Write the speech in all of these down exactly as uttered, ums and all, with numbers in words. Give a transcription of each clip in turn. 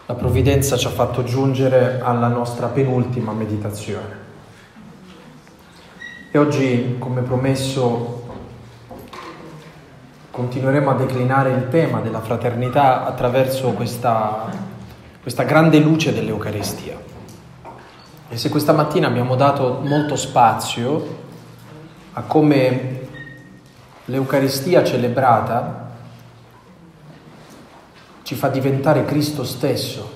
La provvidenza ci ha fatto giungere alla nostra penultima meditazione. E oggi, come promesso, continueremo a declinare il tema della fraternità attraverso questa, questa grande luce dell'Eucaristia. E se questa mattina abbiamo dato molto spazio a come l'Eucaristia celebrata ci fa diventare Cristo stesso,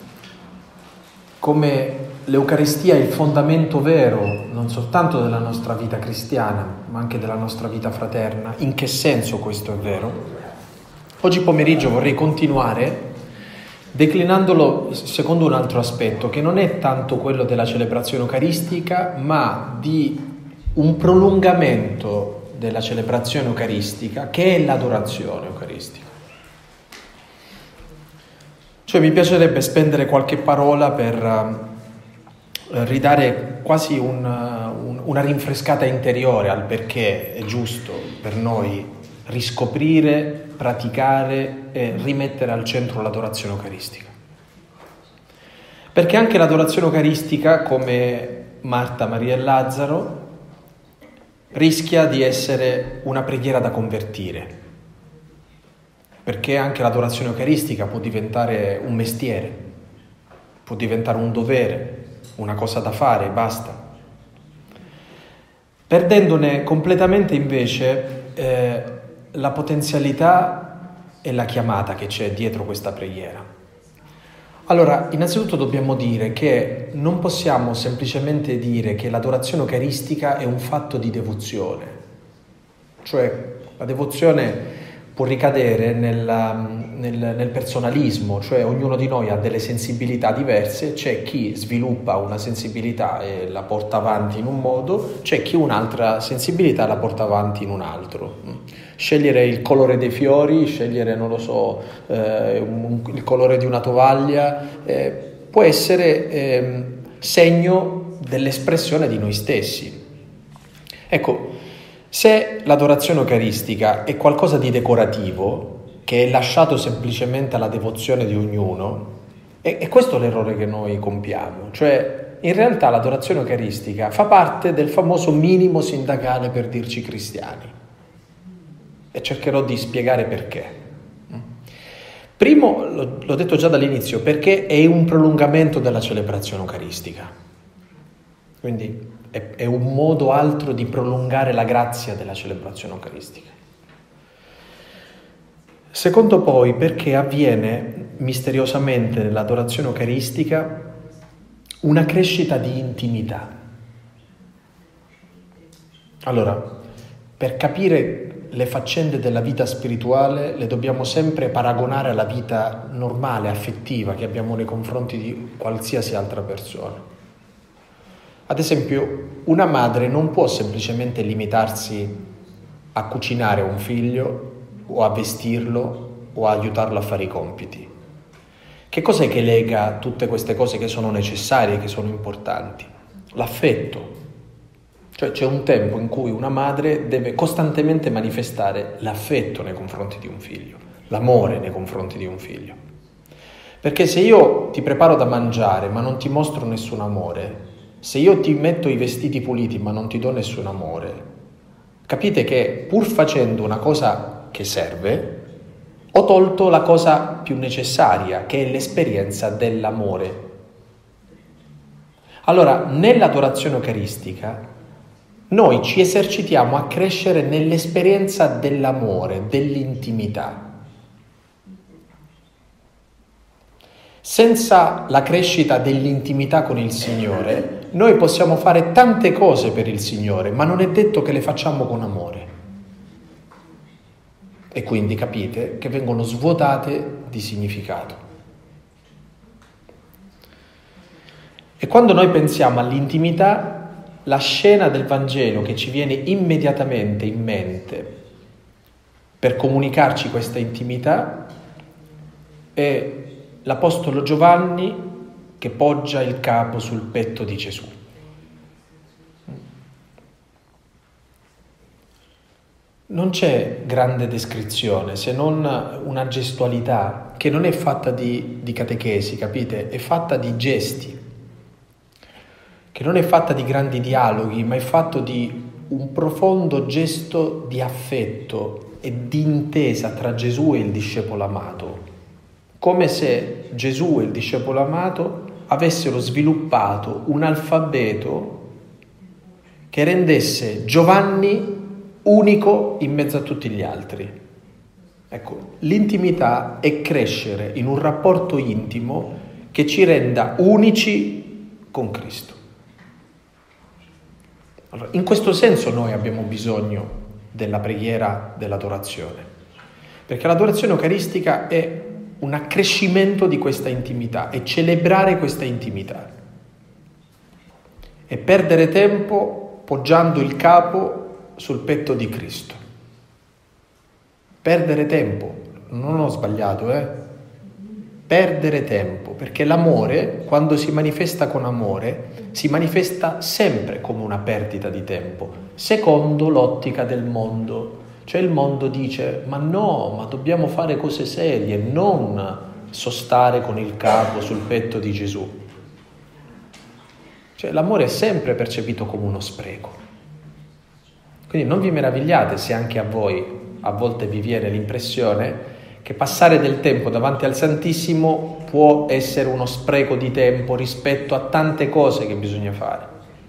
come l'Eucaristia è il fondamento vero non soltanto della nostra vita cristiana, ma anche della nostra vita fraterna. In che senso questo è vero? Oggi pomeriggio vorrei continuare declinandolo secondo un altro aspetto, che non è tanto quello della celebrazione eucaristica, ma di un prolungamento della celebrazione eucaristica, che è l'adorazione eucaristica. Cioè mi piacerebbe spendere qualche parola per uh, ridare quasi un, uh, un, una rinfrescata interiore al perché è giusto per noi riscoprire, praticare e rimettere al centro l'adorazione eucaristica. Perché anche l'adorazione eucaristica, come Marta, Maria e Lazzaro, rischia di essere una preghiera da convertire. Perché anche l'adorazione eucaristica può diventare un mestiere, può diventare un dovere, una cosa da fare e basta. Perdendone completamente invece eh, la potenzialità e la chiamata che c'è dietro questa preghiera. Allora, innanzitutto dobbiamo dire che non possiamo semplicemente dire che l'adorazione eucaristica è un fatto di devozione, cioè la devozione può ricadere nella, nel, nel personalismo, cioè ognuno di noi ha delle sensibilità diverse, c'è chi sviluppa una sensibilità e la porta avanti in un modo, c'è chi un'altra sensibilità la porta avanti in un altro. Scegliere il colore dei fiori, scegliere, non lo so, eh, un, il colore di una tovaglia, eh, può essere eh, segno dell'espressione di noi stessi. Ecco, se l'adorazione eucaristica è qualcosa di decorativo, che è lasciato semplicemente alla devozione di ognuno, e, e questo è l'errore che noi compiamo, cioè in realtà l'adorazione eucaristica fa parte del famoso minimo sindacale per dirci cristiani, e cercherò di spiegare perché. Primo, l'ho detto già dall'inizio, perché è un prolungamento della celebrazione eucaristica, quindi è un modo altro di prolungare la grazia della celebrazione eucaristica. Secondo poi, perché avviene misteriosamente nell'adorazione eucaristica una crescita di intimità. Allora, per capire le faccende della vita spirituale le dobbiamo sempre paragonare alla vita normale, affettiva che abbiamo nei confronti di qualsiasi altra persona. Ad esempio, una madre non può semplicemente limitarsi a cucinare un figlio o a vestirlo o a aiutarlo a fare i compiti. Che cos'è che lega tutte queste cose che sono necessarie, che sono importanti? L'affetto. Cioè c'è un tempo in cui una madre deve costantemente manifestare l'affetto nei confronti di un figlio, l'amore nei confronti di un figlio. Perché se io ti preparo da mangiare ma non ti mostro nessun amore, se io ti metto i vestiti puliti ma non ti do nessun amore, capite che pur facendo una cosa che serve, ho tolto la cosa più necessaria, che è l'esperienza dell'amore. Allora, nell'adorazione eucaristica, noi ci esercitiamo a crescere nell'esperienza dell'amore, dell'intimità. Senza la crescita dell'intimità con il Signore, noi possiamo fare tante cose per il Signore, ma non è detto che le facciamo con amore. E quindi capite che vengono svuotate di significato. E quando noi pensiamo all'intimità, la scena del Vangelo che ci viene immediatamente in mente per comunicarci questa intimità è l'Apostolo Giovanni che poggia il capo sul petto di Gesù. non c'è grande descrizione se non una gestualità che non è fatta di, di catechesi, capite? È fatta di gesti, che non è fatta di grandi dialoghi, ma è fatto di un profondo gesto di affetto e di intesa tra Gesù e il discepolo amato, come se Gesù e il discepolo amato avessero sviluppato un alfabeto che rendesse Giovanni unico in mezzo a tutti gli altri. Ecco, l'intimità è crescere in un rapporto intimo che ci renda unici con Cristo. Allora, in questo senso noi abbiamo bisogno della preghiera dell'adorazione, perché l'adorazione eucaristica è un accrescimento di questa intimità, è celebrare questa intimità, è perdere tempo poggiando il capo sul petto di Cristo. Perdere tempo, non ho sbagliato, eh? Perdere tempo, perché l'amore, quando si manifesta con amore, si manifesta sempre come una perdita di tempo, secondo l'ottica del mondo. Cioè il mondo dice, ma no, ma dobbiamo fare cose serie, non sostare con il capo sul petto di Gesù. Cioè l'amore è sempre percepito come uno spreco. Quindi non vi meravigliate se anche a voi a volte vi viene l'impressione che passare del tempo davanti al Santissimo può essere uno spreco di tempo rispetto a tante cose che bisogna fare.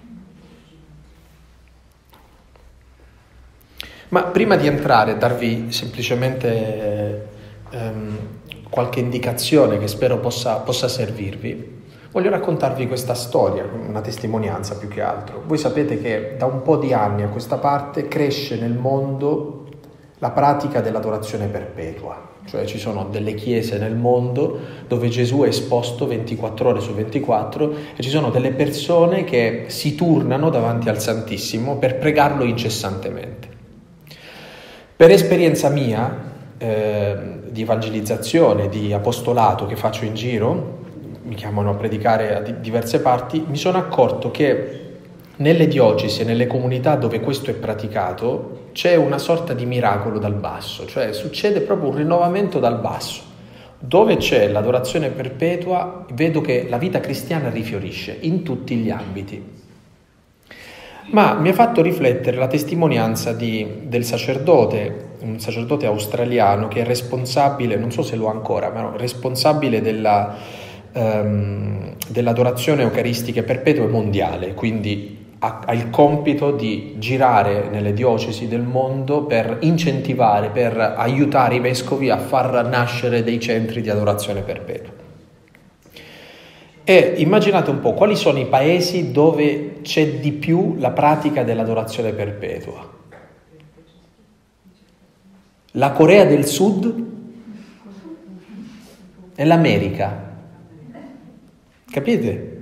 Ma prima di entrare, darvi semplicemente ehm, qualche indicazione che spero possa, possa servirvi, voglio raccontarvi questa storia, una testimonianza più che altro. Voi sapete che da un po' di anni a questa parte cresce nel mondo la pratica dell'adorazione perpetua, cioè ci sono delle chiese nel mondo dove Gesù è esposto ventiquattro ore su ventiquattro e ci sono delle persone che si turnano davanti al Santissimo per pregarlo incessantemente. Per esperienza mia eh, di evangelizzazione, di apostolato che faccio in giro, mi chiamano a predicare a diverse parti, mi sono accorto che nelle diocesi e nelle comunità dove questo è praticato c'è una sorta di miracolo dal basso, cioè succede proprio un rinnovamento dal basso. Dove c'è l'adorazione perpetua vedo che la vita cristiana rifiorisce in tutti gli ambiti. Ma mi ha fatto riflettere la testimonianza di, del sacerdote, un sacerdote australiano che è responsabile, non so se lo ha ancora, ma no, responsabile della, um, dell'adorazione eucaristica perpetua mondiale, quindi ha, ha il compito di girare nelle diocesi del mondo per incentivare, per aiutare i vescovi a far nascere dei centri di adorazione perpetua. E immaginate un po' quali sono i paesi dove c'è di più la pratica dell'adorazione perpetua. La Corea del Sud e l'America. Capite?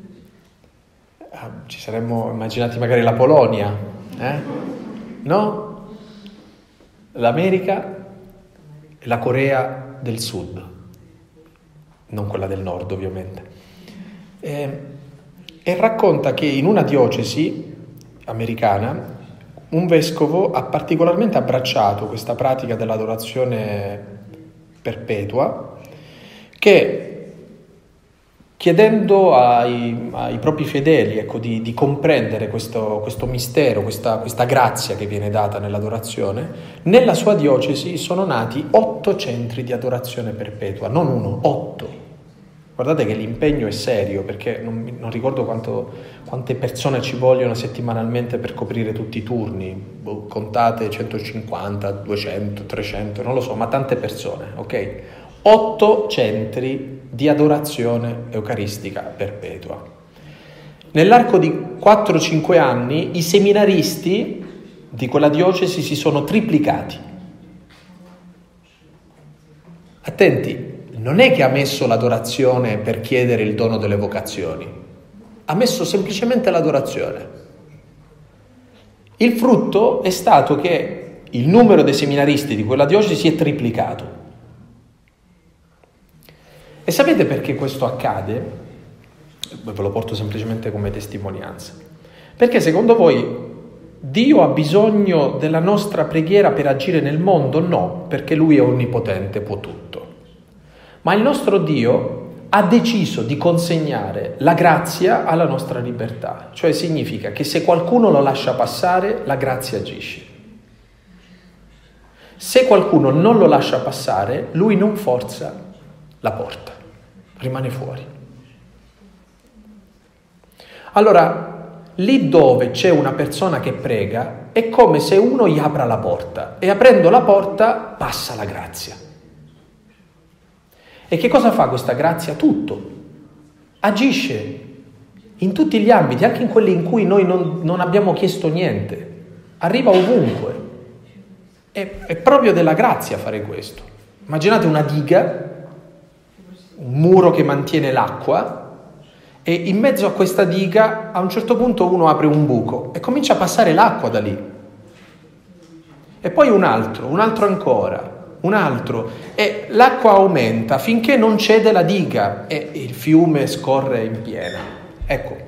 Ci saremmo immaginati magari la Polonia, eh? No? L'America e la Corea del Sud, non quella del Nord ovviamente. E, e racconta che in una diocesi americana un vescovo ha particolarmente abbracciato questa pratica dell'adorazione perpetua, che chiedendo ai, ai propri fedeli ecco, di, di comprendere questo, questo mistero, questa, questa grazia che viene data nell'adorazione, nella sua diocesi sono nati otto centri di adorazione perpetua, non uno, otto. Guardate che l'impegno è serio, perché non, non ricordo quanto, quante persone ci vogliono settimanalmente per coprire tutti i turni, boh, contate centocinquanta, duecento, trecento, non lo so, ma tante persone, ok? Otto centri di adorazione eucaristica perpetua. Nell'arco di quattro cinque anni i seminaristi di quella diocesi si sono triplicati. Attenti, non è che ha messo l'adorazione per chiedere il dono delle vocazioni, ha messo semplicemente l'adorazione. Il frutto è stato che il numero dei seminaristi di quella diocesi si è triplicato. E sapete perché questo accade? Ve lo porto semplicemente come testimonianza. Perché secondo voi Dio ha bisogno della nostra preghiera per agire nel mondo? No, perché Lui è onnipotente, può tutto. Ma il nostro Dio ha deciso di consegnare la grazia alla nostra libertà. Cioè significa che se qualcuno lo lascia passare, la grazia agisce. Se qualcuno non lo lascia passare, Lui non forza la porta, rimane fuori. Allora, lì dove c'è una persona che prega, è come se uno gli apra la porta e aprendo la porta passa la grazia. E che cosa fa questa grazia? Tutto. Agisce in tutti gli ambiti, anche in quelli in cui noi non, non abbiamo chiesto niente. Arriva ovunque. È, è proprio della grazia fare questo. Immaginate una diga, un muro che mantiene l'acqua, e in mezzo a questa diga a un certo punto uno apre un buco e comincia a passare l'acqua da lì. E poi un altro, un altro ancora, un altro. E l'acqua aumenta finché non cede la diga e il fiume scorre in piena. Ecco,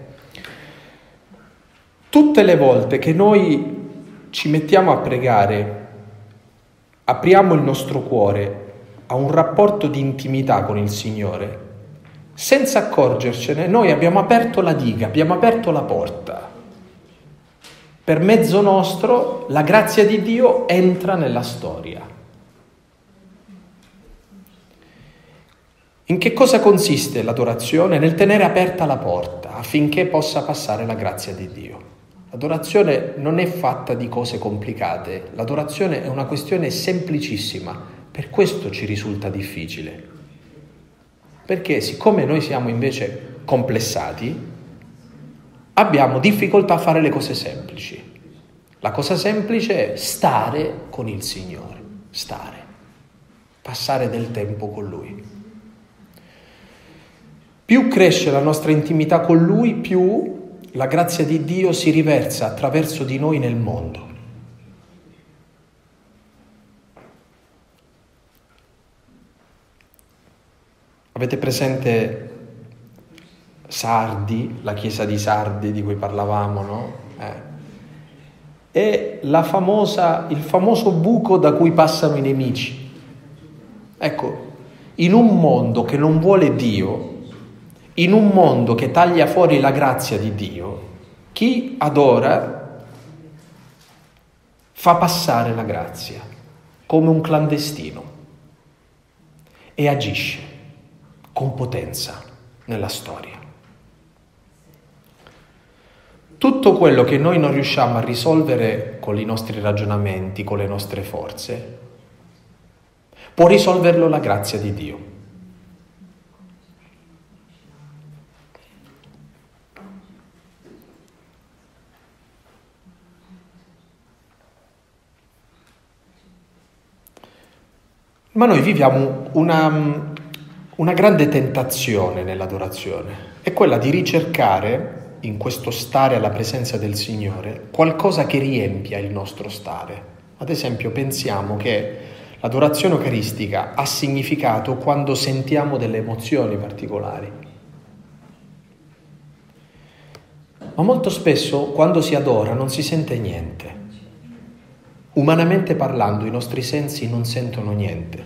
tutte le volte che noi ci mettiamo a pregare, apriamo il nostro cuore a un rapporto di intimità con il Signore, senza accorgercene, noi abbiamo aperto la diga, abbiamo aperto la porta. Per mezzo nostro, la grazia di Dio entra nella storia. In che cosa consiste l'adorazione? Nel tenere aperta la porta affinché possa passare la grazia di Dio. L'adorazione non è fatta di cose complicate, l'adorazione è una questione semplicissima, per questo ci risulta difficile. Perché siccome noi siamo invece complessati, abbiamo difficoltà a fare le cose semplici. La cosa semplice è stare con il Signore, stare, passare del tempo con Lui. Più cresce la nostra intimità con Lui, più la grazia di Dio si riversa attraverso di noi nel mondo. Avete presente Sardi, la chiesa di Sardi di cui parlavamo, no? Eh. È la famosa, il famoso buco da cui passano i nemici. Ecco, in un mondo che non vuole Dio, in un mondo che taglia fuori la grazia di Dio, chi adora fa passare la grazia come un clandestino e agisce con potenza nella storia. Tutto quello che noi non riusciamo a risolvere con i nostri ragionamenti, con le nostre forze, può risolverlo la grazia di Dio. Ma noi viviamo una, una grande tentazione nell'adorazione, è quella di ricercare, in questo stare alla presenza del Signore, qualcosa che riempia il nostro stare. Ad esempio, pensiamo che l'adorazione eucaristica ha significato quando sentiamo delle emozioni particolari. Ma molto spesso, quando si adora, non si sente niente. Umanamente parlando, i nostri sensi non sentono niente.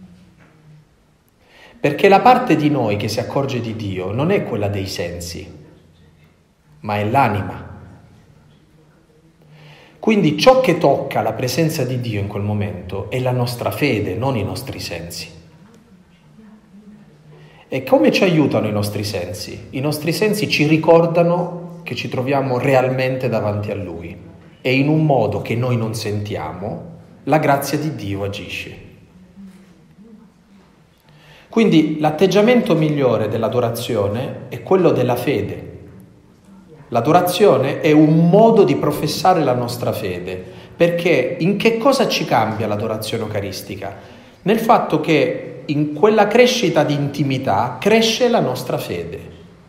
Perché la parte di noi che si accorge di Dio non è quella dei sensi, ma è l'anima. Quindi ciò che tocca la presenza di Dio in quel momento è la nostra fede, non i nostri sensi. E come ci aiutano i nostri sensi? I nostri sensi ci ricordano che ci troviamo realmente davanti a Lui e in un modo che noi non sentiamo, la grazia di Dio agisce. Quindi l'atteggiamento migliore dell'adorazione è quello della fede. L'adorazione è un modo di professare la nostra fede, perché in che cosa ci cambia l'adorazione eucaristica? Nel fatto che in quella crescita di intimità cresce la nostra fede.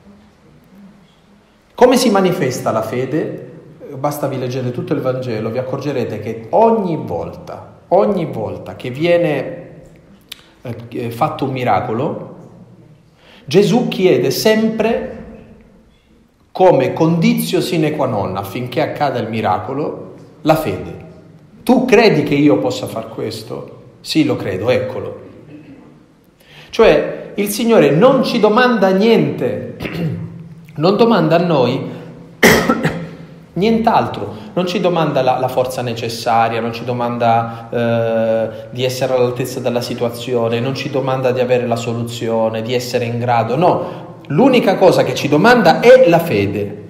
Come si manifesta la fede? Basta vi leggere tutto il Vangelo, vi accorgerete che ogni volta, ogni volta che viene eh, fatto un miracolo, Gesù chiede sempre come condizio sine qua non affinché accada il miracolo, la fede. Tu credi che io possa far questo? Sì, lo credo, eccolo. Cioè, il Signore non ci domanda niente, non domanda a noi nient'altro, non ci domanda la, la forza necessaria, non ci domanda eh, di essere all'altezza della situazione, non ci domanda di avere la soluzione, di essere in grado, no. L'unica cosa che ci domanda è la fede.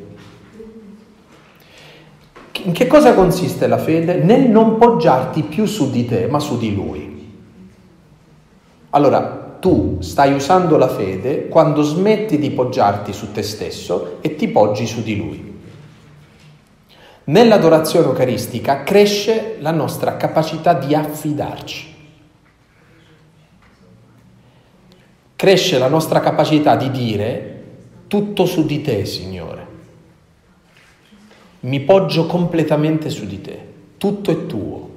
In che cosa consiste la fede? Nel non poggiarti più su di te, ma su di Lui. Allora, tu stai usando la fede quando smetti di poggiarti su te stesso e ti poggi su di Lui. Nell'adorazione eucaristica cresce la nostra capacità di affidarci. Cresce la nostra capacità di dire tutto su di te, Signore. Mi poggio completamente su di te, tutto è tuo.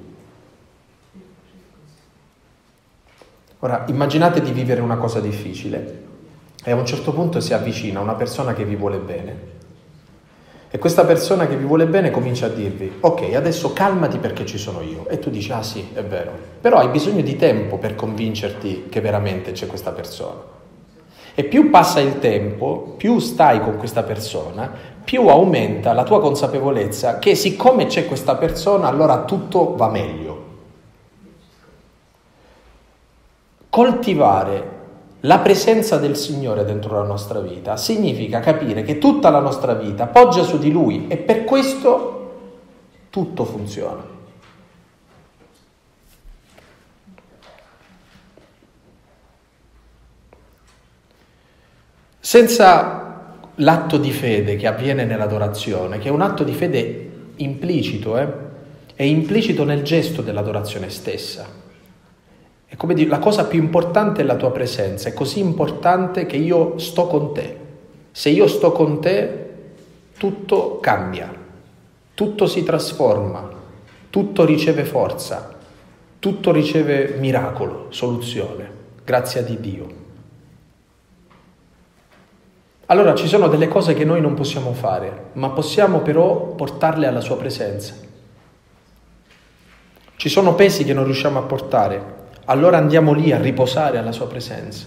Ora, immaginate di vivere una cosa difficile e a un certo punto si avvicina una persona che vi vuole bene e questa persona che vi vuole bene comincia a dirvi: ok, adesso calmati perché ci sono io. E tu dici: ah sì, è vero, però hai bisogno di tempo per convincerti che veramente c'è questa persona. E più passa il tempo, più stai con questa persona, più aumenta la tua consapevolezza che siccome c'è questa persona, allora tutto va meglio. Coltivare la presenza del Signore dentro la nostra vita significa capire che tutta la nostra vita poggia su di Lui e per questo tutto funziona. Senza l'atto di fede che avviene nell'adorazione, che è un atto di fede implicito, eh? È implicito nel gesto dell'adorazione stessa. È come dire, la cosa più importante è la tua presenza, è così importante che io sto con te. Se io sto con te, tutto cambia, tutto si trasforma, tutto riceve forza, tutto riceve miracolo, soluzione, grazia di Dio. Allora ci sono delle cose che noi non possiamo fare, ma possiamo però portarle alla sua presenza. Ci sono pesi che non riusciamo a portare. Allora andiamo lì a riposare alla sua presenza.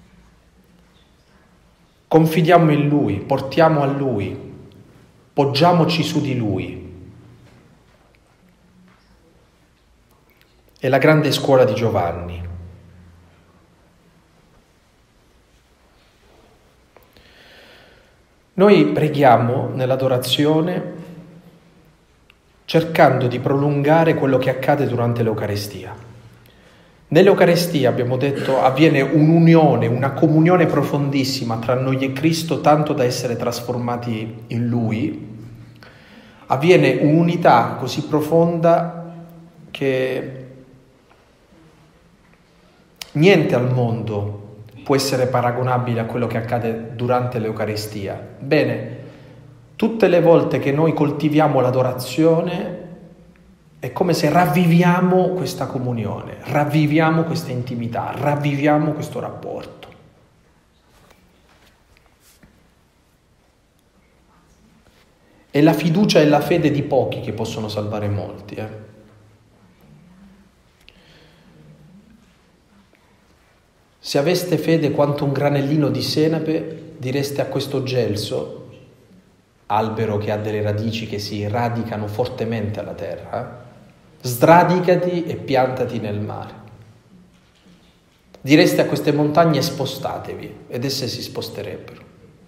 Confidiamo in Lui, portiamo a Lui, poggiamoci su di Lui. È la grande scuola di Giovanni. Noi preghiamo nell'adorazione cercando di prolungare quello che accade durante l'Eucaristia. Nell'Eucaristia, abbiamo detto, avviene un'unione, una comunione profondissima tra noi e Cristo, tanto da essere trasformati in Lui. Avviene un'unità così profonda che niente al mondo può essere paragonabile a quello che accade durante l'Eucaristia. Bene, tutte le volte che noi coltiviamo l'adorazione, è come se ravviviamo questa comunione, ravviviamo questa intimità, ravviviamo questo rapporto. È la fiducia e la fede di pochi che possono salvare molti. Eh? Se aveste fede quanto un granellino di senape, direste a questo gelso, albero che ha delle radici che si radicano fortemente alla terra, sradicati e piantati nel mare. Direste a queste montagne: spostatevi, ed esse si sposterebbero.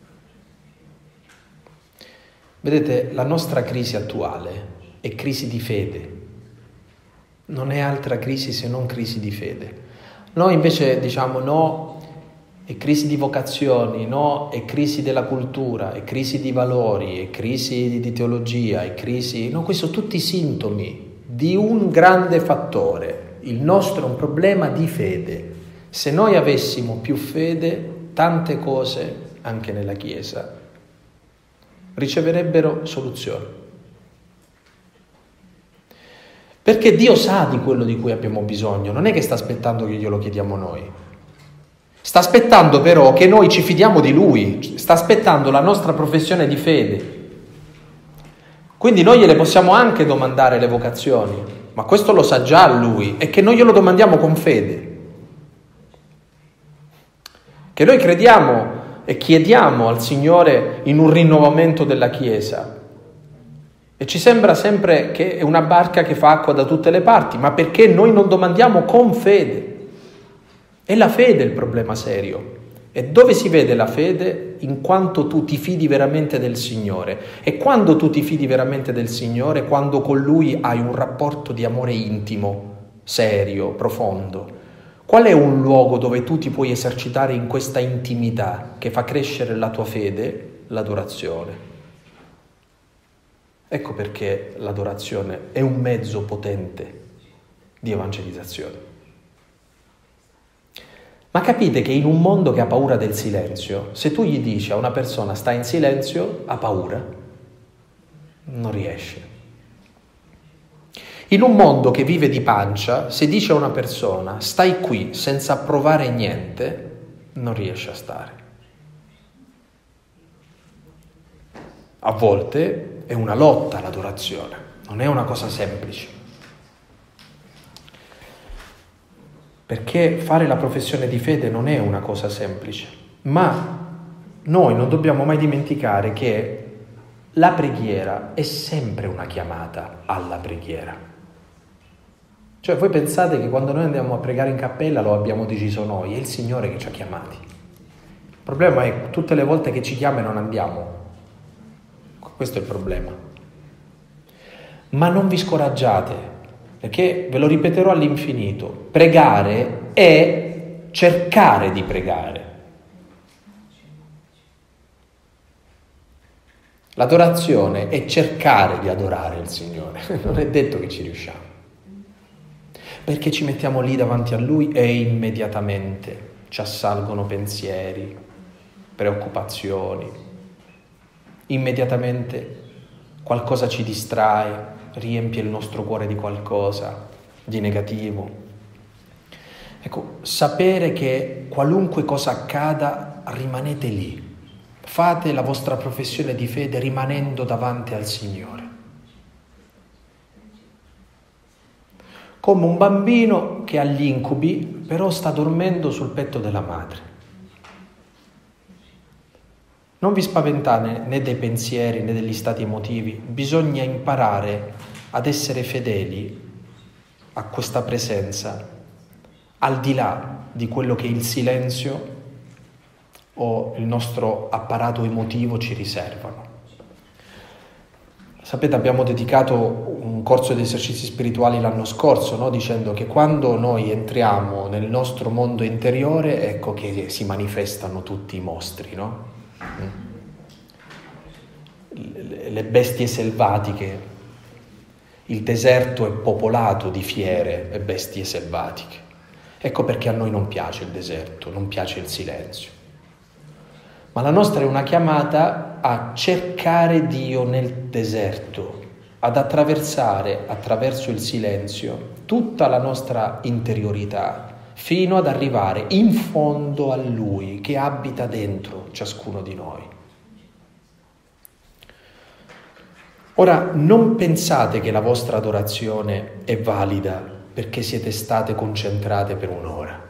Vedete, la nostra crisi attuale è crisi di fede, non è altra crisi se non crisi di fede. Noi invece diciamo no, è crisi di vocazioni, no, è crisi della cultura, è crisi di valori, è crisi di teologia, è crisi... No, questi sono tutti sintomi di un grande fattore. Il nostro è un problema di fede. Se noi avessimo più fede, tante cose, anche nella Chiesa, riceverebbero soluzioni. Perché Dio sa di quello di cui abbiamo bisogno, non è che sta aspettando che glielo chiediamo noi. Sta aspettando però che noi ci fidiamo di Lui, sta aspettando la nostra professione di fede. Quindi noi gliele possiamo anche domandare le vocazioni, ma questo lo sa già lui, e che noi glielo domandiamo con fede. Che noi crediamo e chiediamo al Signore in un rinnovamento della Chiesa. E ci sembra sempre che è una barca che fa acqua da tutte le parti, ma perché noi non domandiamo con fede. È la fede il problema serio. E dove si vede la fede? In quanto tu ti fidi veramente del Signore. E quando tu ti fidi veramente del Signore? Quando con Lui hai un rapporto di amore intimo, serio, profondo. Qual è un luogo dove tu ti puoi esercitare in questa intimità che fa crescere la tua fede? L'adorazione. Ecco perché l'adorazione è un mezzo potente di evangelizzazione. Ma capite che in un mondo che ha paura del silenzio, se tu gli dici a una persona sta in silenzio, ha paura, non riesce. In un mondo che vive di pancia, se dice a una persona stai qui senza provare niente, non riesce a stare. A volte è una lotta l'adorazione, non è una cosa semplice. Perché fare la professione di fede non è una cosa semplice, ma noi non dobbiamo mai dimenticare che la preghiera è sempre una chiamata alla preghiera. Cioè voi pensate che quando noi andiamo a pregare in cappella lo abbiamo deciso noi, è il Signore che ci ha chiamati. Il problema è che tutte le volte che ci chiama e non andiamo. Questo è il problema. Ma non vi scoraggiate. Perché, ve lo ripeterò all'infinito, pregare è cercare di pregare. L'adorazione è cercare di adorare il Signore, non è detto che ci riusciamo. Perché ci mettiamo lì davanti a Lui e immediatamente ci assalgono pensieri, preoccupazioni, immediatamente qualcosa ci distrae, riempie il nostro cuore di qualcosa di negativo. Ecco, sapere che qualunque cosa accada, rimanete lì. Fate la vostra professione di fede rimanendo davanti al Signore. Come un bambino che ha gli incubi, però sta dormendo sul petto della madre. Non vi spaventate né dei pensieri né degli stati emotivi, bisogna imparare ad essere fedeli a questa presenza, al di là di quello che il silenzio o il nostro apparato emotivo ci riservano. Sapete, abbiamo dedicato un corso di esercizi spirituali l'anno scorso, no? Dicendo che quando noi entriamo nel nostro mondo interiore, ecco che si manifestano tutti i mostri, no? Le bestie selvatiche, il deserto è popolato di fiere e bestie selvatiche. Ecco perché a noi non piace il deserto, non piace il silenzio. Ma la nostra è una chiamata a cercare Dio nel deserto, ad attraversare attraverso il silenzio tutta la nostra interiorità, fino ad arrivare in fondo a Lui che abita dentro ciascuno di noi. Ora, non pensate che la vostra adorazione è valida perché siete state concentrate per un'ora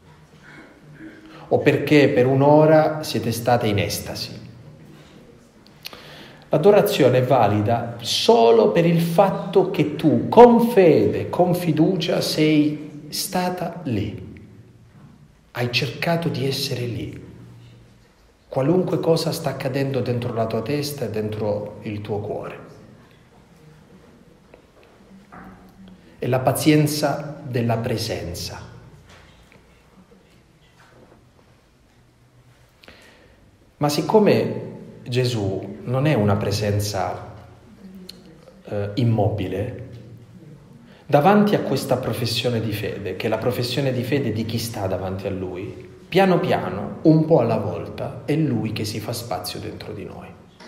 o perché per un'ora siete state in estasi. L'adorazione è valida solo per il fatto che tu, con fede, con fiducia, sei stata lì. Hai cercato di essere lì. Qualunque cosa sta accadendo dentro la tua testa e dentro il tuo cuore. È la pazienza della presenza. Ma siccome Gesù non è una presenza eh, immobile, davanti a questa professione di fede, che è la professione di fede di chi sta davanti a Lui, piano piano, un po' alla volta, è Lui che si fa spazio dentro di noi.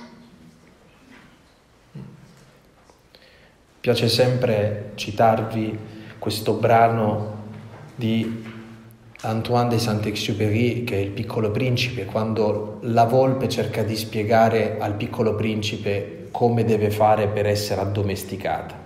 Piace sempre citarvi questo brano di Antoine de Saint-Exupéry, che è Il Piccolo Principe, quando la volpe cerca di spiegare al piccolo principe come deve fare per essere addomesticata.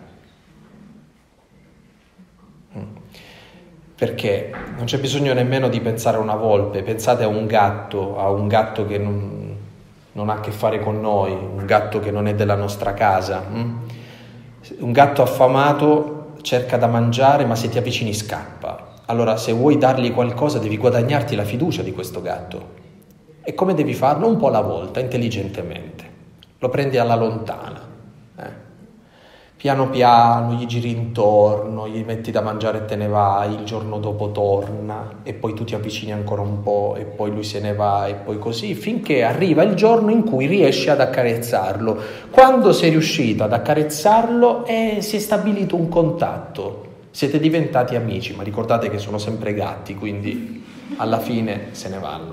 Perché non c'è bisogno nemmeno di pensare a una volpe, pensate a un gatto, a un gatto che non, non ha a che fare con noi, un gatto che non è della nostra casa. Un gatto affamato cerca da mangiare, ma se ti avvicini scappa. Allora, se vuoi dargli qualcosa, devi guadagnarti la fiducia di questo gatto. E come devi farlo? Un po' alla volta, intelligentemente. Lo prendi alla lontana. Eh. Piano piano gli giri intorno, gli metti da mangiare e te ne vai, il giorno dopo torna, e poi tu ti avvicini ancora un po', e poi lui se ne va, e poi così, finché arriva il giorno in cui riesci ad accarezzarlo. Quando sei riuscito ad accarezzarlo, eh, si è stabilito un contatto. Siete diventati amici, ma ricordate che sono sempre gatti, quindi alla fine se ne vanno.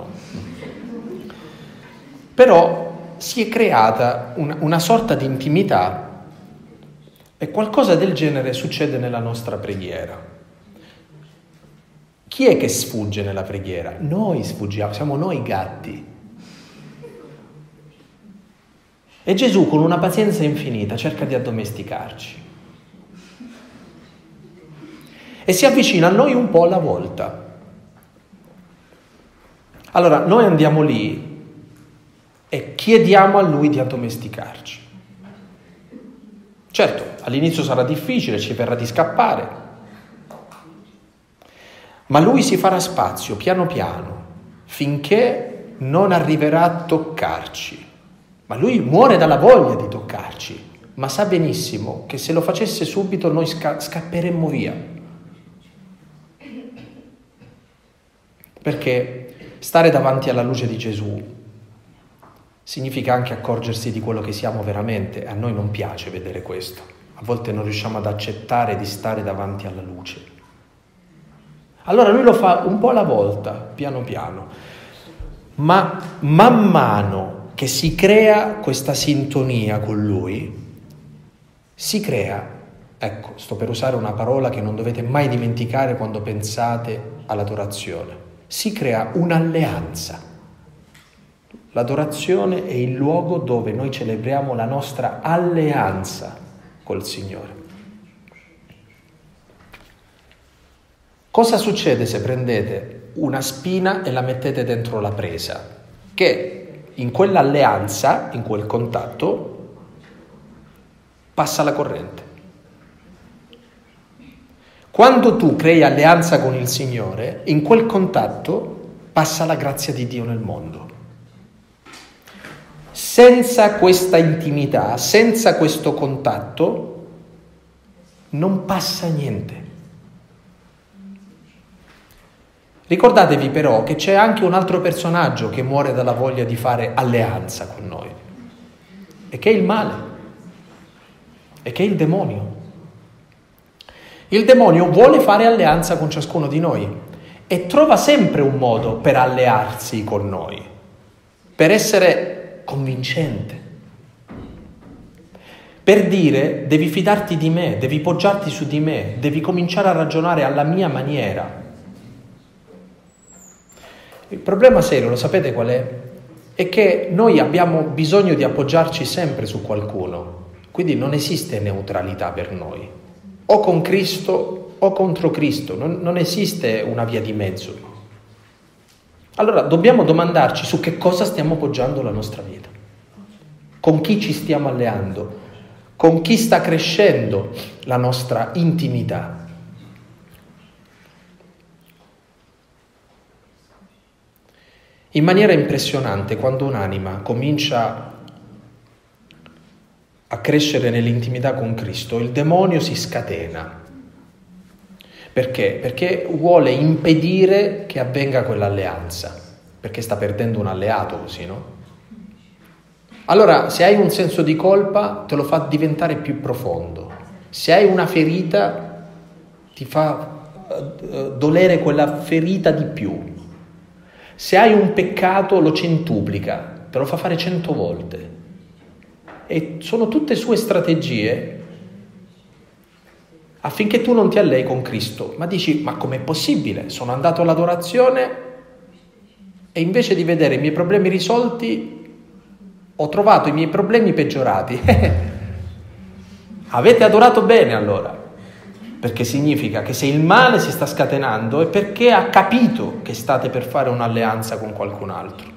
Però si è creata una, una sorta di intimità e qualcosa del genere succede nella nostra preghiera. Chi è che sfugge nella preghiera? Noi sfuggiamo, siamo noi gatti. E Gesù con una pazienza infinita cerca di addomesticarci. E si avvicina a noi un po' alla volta. Allora, noi andiamo lì e chiediamo a Lui di addomesticarci. Certo, all'inizio sarà difficile, ci verrà di scappare, ma Lui si farà spazio piano piano, finché non arriverà a toccarci. Ma Lui muore dalla voglia di toccarci, ma sa benissimo che se lo facesse subito noi sca- scapperemmo via. Perché stare davanti alla luce di Gesù significa anche accorgersi di quello che siamo veramente. A noi non piace vedere questo. A volte non riusciamo ad accettare di stare davanti alla luce. Allora Lui lo fa un po' alla volta, piano piano. Ma man mano che si crea questa sintonia con Lui, si crea, ecco, sto per usare una parola che non dovete mai dimenticare quando pensate all'adorazione. Si crea un'alleanza. L'adorazione è il luogo dove noi celebriamo la nostra alleanza col Signore. Cosa succede se prendete una spina e la mettete dentro la presa? Che in quell'alleanza, in quel contatto, passa la corrente. Quando tu crei alleanza con il Signore, in quel contatto passa la grazia di Dio nel mondo. Senza questa intimità, senza questo contatto, non passa niente. Ricordatevi però che c'è anche un altro personaggio che muore dalla voglia di fare alleanza con noi, e che è il male, e che è il demonio. Il demonio vuole fare alleanza con ciascuno di noi e trova sempre un modo per allearsi con noi, per essere convincente, per dire devi fidarti di me, devi poggiarti su di me, devi cominciare a ragionare alla mia maniera. Il problema serio, lo sapete qual è? È che noi abbiamo bisogno di appoggiarci sempre su qualcuno, quindi non esiste neutralità per noi. O con Cristo o contro Cristo, non, non esiste una via di mezzo. Allora dobbiamo domandarci su che cosa stiamo poggiando la nostra vita, con chi ci stiamo alleando, con chi sta crescendo la nostra intimità. In maniera impressionante, quando un'anima comincia a crescere nell'intimità con Cristo, il demonio si scatena. Perché? Perché vuole impedire che avvenga quell'alleanza, perché sta perdendo un alleato così, no? Allora, se hai un senso di colpa, te lo fa diventare più profondo. Se hai una ferita, ti fa uh, dolere quella ferita di più. Se hai un peccato, lo centuplica, te lo fa fare cento volte. E sono tutte sue strategie affinché tu non ti allei con Cristo. Ma dici, ma com'è possibile? Sono andato all'adorazione e invece di vedere i miei problemi risolti ho trovato i miei problemi peggiorati. Avete adorato bene allora, perché significa che se il male si sta scatenando è perché ha capito che state per fare un'alleanza con qualcun altro.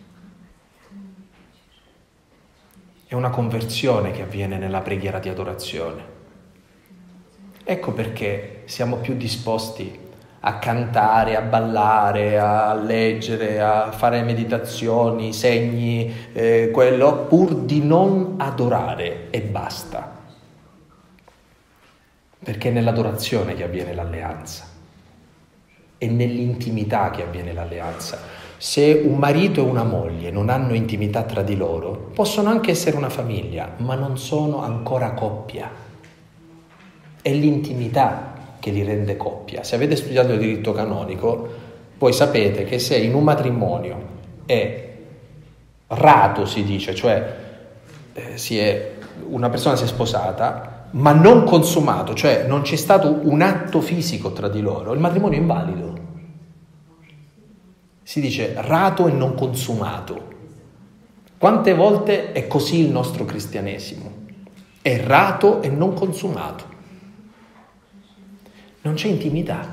È una conversione che avviene nella preghiera di adorazione. Ecco perché siamo più disposti a cantare, a ballare, a leggere, a fare meditazioni, segni, eh, quello, pur di non adorare e basta. Perché è nell'adorazione che avviene l'alleanza, è nell'intimità che avviene l'alleanza. Se un marito e una moglie non hanno intimità tra di loro, possono anche essere una famiglia, ma non sono ancora coppia. È l'intimità che li rende coppia. Se avete studiato il diritto canonico, voi sapete che se in un matrimonio è rato, si dice, cioè eh, si è, una persona si è sposata, ma non consumato, cioè non c'è stato un atto fisico tra di loro, il matrimonio è invalido. Si dice rato e non consumato. Quante volte è così il nostro cristianesimo? È rato e non consumato. Non c'è intimità.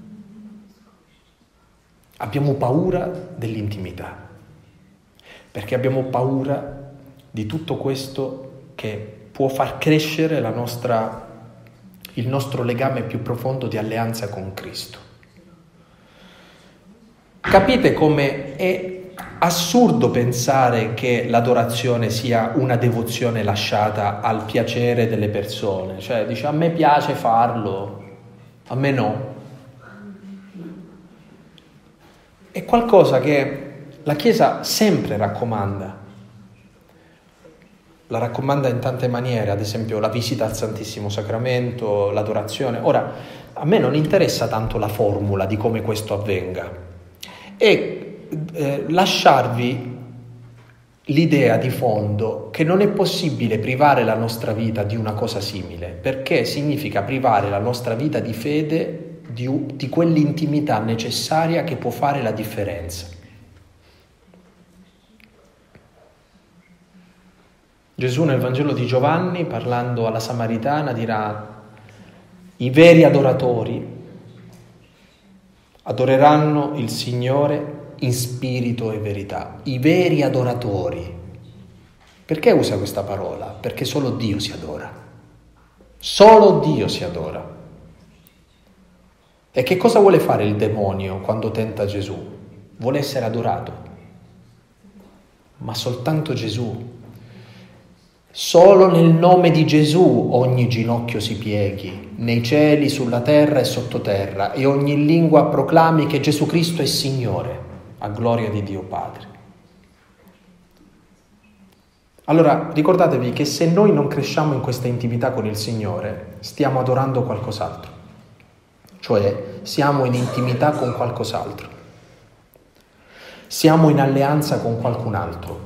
Abbiamo paura dell'intimità, perché abbiamo paura di tutto questo che può far crescere la nostra, il nostro legame più profondo di alleanza con Cristo. Capite come è assurdo pensare che l'adorazione sia una devozione lasciata al piacere delle persone, cioè dice a me piace farlo, a me no. È qualcosa che la Chiesa sempre raccomanda. La raccomanda in tante maniere, ad esempio la visita al Santissimo Sacramento, l'adorazione. Ora, a me non interessa tanto la formula di come questo avvenga, e eh, lasciarvi l'idea di fondo che non è possibile privare la nostra vita di una cosa simile, perché significa privare la nostra vita di fede di, di quell'intimità necessaria che può fare la differenza. Gesù nel Vangelo di Giovanni, parlando alla Samaritana, dirà: i veri adoratori adoreranno il Signore in spirito e verità. I veri adoratori. Perché usa questa parola? Perché solo Dio si adora. Solo Dio si adora. E che cosa vuole fare il demonio quando tenta Gesù? Vuole essere adorato. Ma soltanto Gesù. Solo nel nome di Gesù ogni ginocchio si pieghi, nei cieli, sulla terra e sottoterra, e ogni lingua proclami che Gesù Cristo è Signore, a gloria di Dio Padre. Allora, ricordatevi che se noi non cresciamo in questa intimità con il Signore, stiamo adorando qualcos'altro, cioè siamo in intimità con qualcos'altro, siamo in alleanza con qualcun altro.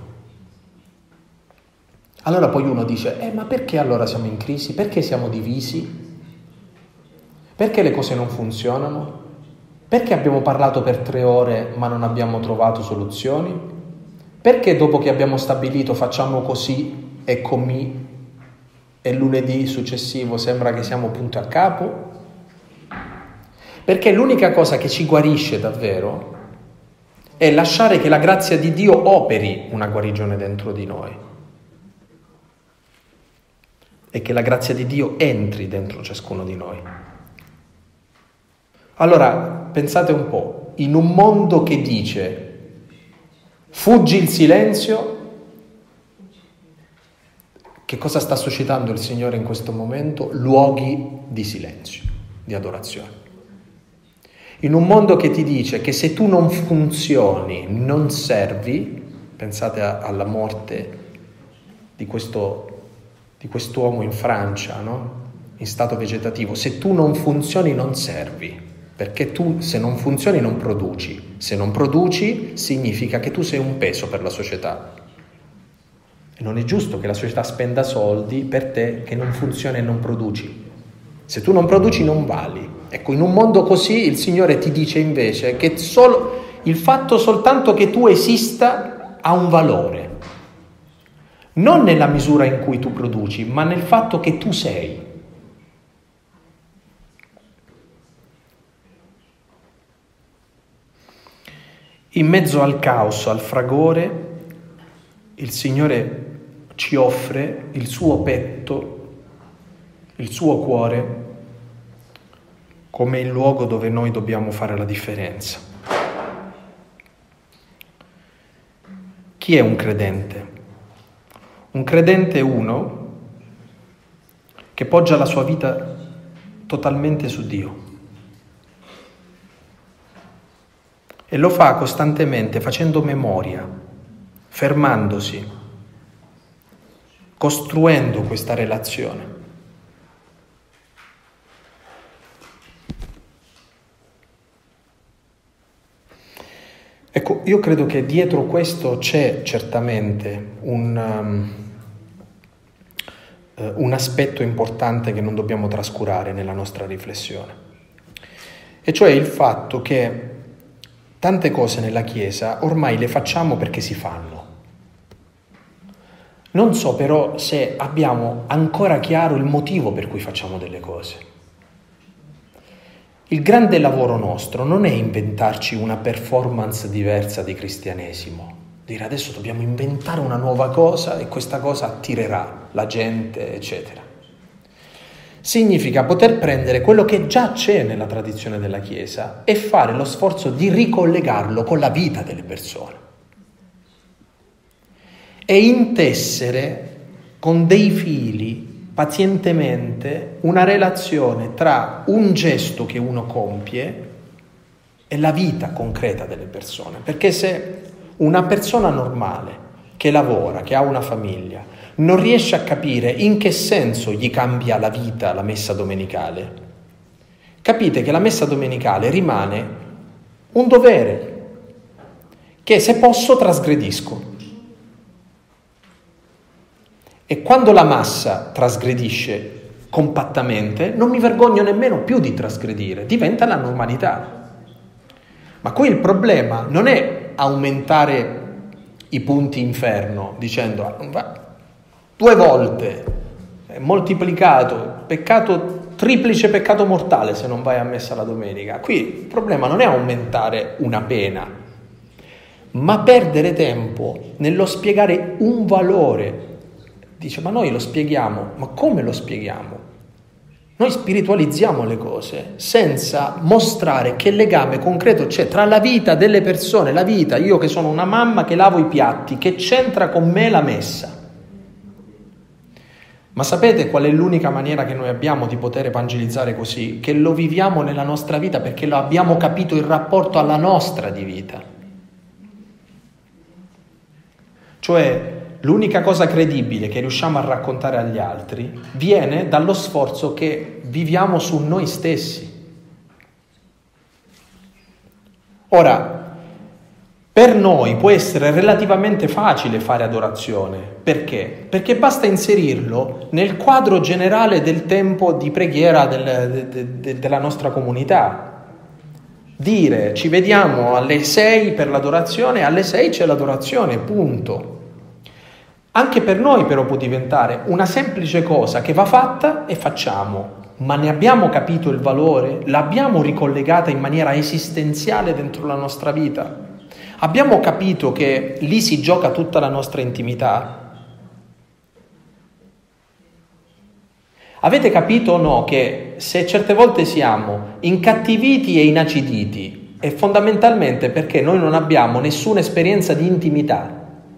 Allora poi uno dice, eh ma perché allora siamo in crisi? Perché siamo divisi? Perché le cose non funzionano? Perché abbiamo parlato per tre ore ma non abbiamo trovato soluzioni? Perché dopo che abbiamo stabilito facciamo così e comì e lunedì successivo sembra che siamo punto a capo? Perché l'unica cosa che ci guarisce davvero è lasciare che la grazia di Dio operi una guarigione dentro di noi. E che la grazia di Dio entri dentro ciascuno di noi. Allora, pensate un po', in un mondo che dice fuggi il silenzio, che cosa sta suscitando il Signore in questo momento? Luoghi di silenzio, di adorazione. In un mondo che ti dice che se tu non funzioni, non servi, pensate a, alla morte di questo di quest'uomo in Francia, no? In stato vegetativo. Se tu non funzioni non servi, perché tu se non funzioni non produci. Se non produci significa che tu sei un peso per la società. E non è giusto che la società spenda soldi per te che non funziona e non produci. Se tu non produci non vali. Ecco, in un mondo così il Signore ti dice invece che solo il fatto soltanto che tu esista ha un valore. Non nella misura in cui tu produci, ma nel fatto che tu sei. In mezzo al caos, al fragore, il Signore ci offre il suo petto, il suo cuore, come il luogo dove noi dobbiamo fare la differenza. Chi è un credente? Un credente è uno che poggia la sua vita totalmente su Dio e lo fa costantemente facendo memoria, fermandosi, costruendo questa relazione. Ecco, io credo che dietro questo c'è certamente un, um, uh, un aspetto importante che non dobbiamo trascurare nella nostra riflessione, e cioè il fatto che tante cose nella Chiesa ormai le facciamo perché si fanno. Non so però se abbiamo ancora chiaro il motivo per cui facciamo delle cose. Il grande lavoro nostro non è inventarci una performance diversa di cristianesimo, dire adesso dobbiamo inventare una nuova cosa e questa cosa attirerà la gente, eccetera. Significa poter prendere quello che già c'è nella tradizione della Chiesa e fare lo sforzo di ricollegarlo con la vita delle persone e intessere con dei fili pazientemente una relazione tra un gesto che uno compie e la vita concreta delle persone. Perché se una persona normale che lavora, che ha una famiglia, non riesce a capire in che senso gli cambia la vita la messa domenicale, capite che la messa domenicale rimane un dovere, che se posso trasgredisco. E quando la massa trasgredisce compattamente, non mi vergogno nemmeno più di trasgredire, diventa la normalità. Ma qui il problema non è aumentare i punti inferno, dicendo due volte è moltiplicato, peccato, triplice peccato mortale se non vai a messa la domenica. Qui il problema non è aumentare una pena, ma perdere tempo nello spiegare un valore. Dice, ma noi lo spieghiamo, ma come lo spieghiamo? Noi spiritualizziamo le cose senza mostrare che legame concreto c'è tra la vita delle persone, la vita, io che sono una mamma che lavo i piatti, che c'entra con me la messa. Ma sapete qual è l'unica maniera che noi abbiamo di poter evangelizzare così? Che lo viviamo nella nostra vita perché lo abbiamo capito in rapporto alla nostra di vita. Cioè, l'unica cosa credibile che riusciamo a raccontare agli altri viene dallo sforzo che viviamo su noi stessi. Ora, per noi può essere relativamente facile fare adorazione. Perché? Perché basta inserirlo nel quadro generale del tempo di preghiera del, de, de, della nostra comunità. Dire, ci vediamo alle sei per l'adorazione, alle sei c'è l'adorazione, punto. Anche per noi però può diventare una semplice cosa che va fatta e facciamo, ma ne abbiamo capito il valore? L'abbiamo ricollegata in maniera esistenziale dentro la nostra vita? Abbiamo capito che lì si gioca tutta la nostra intimità? Avete capito o no che se certe volte siamo incattiviti e inaciditi è fondamentalmente perché noi non abbiamo nessuna esperienza di intimità?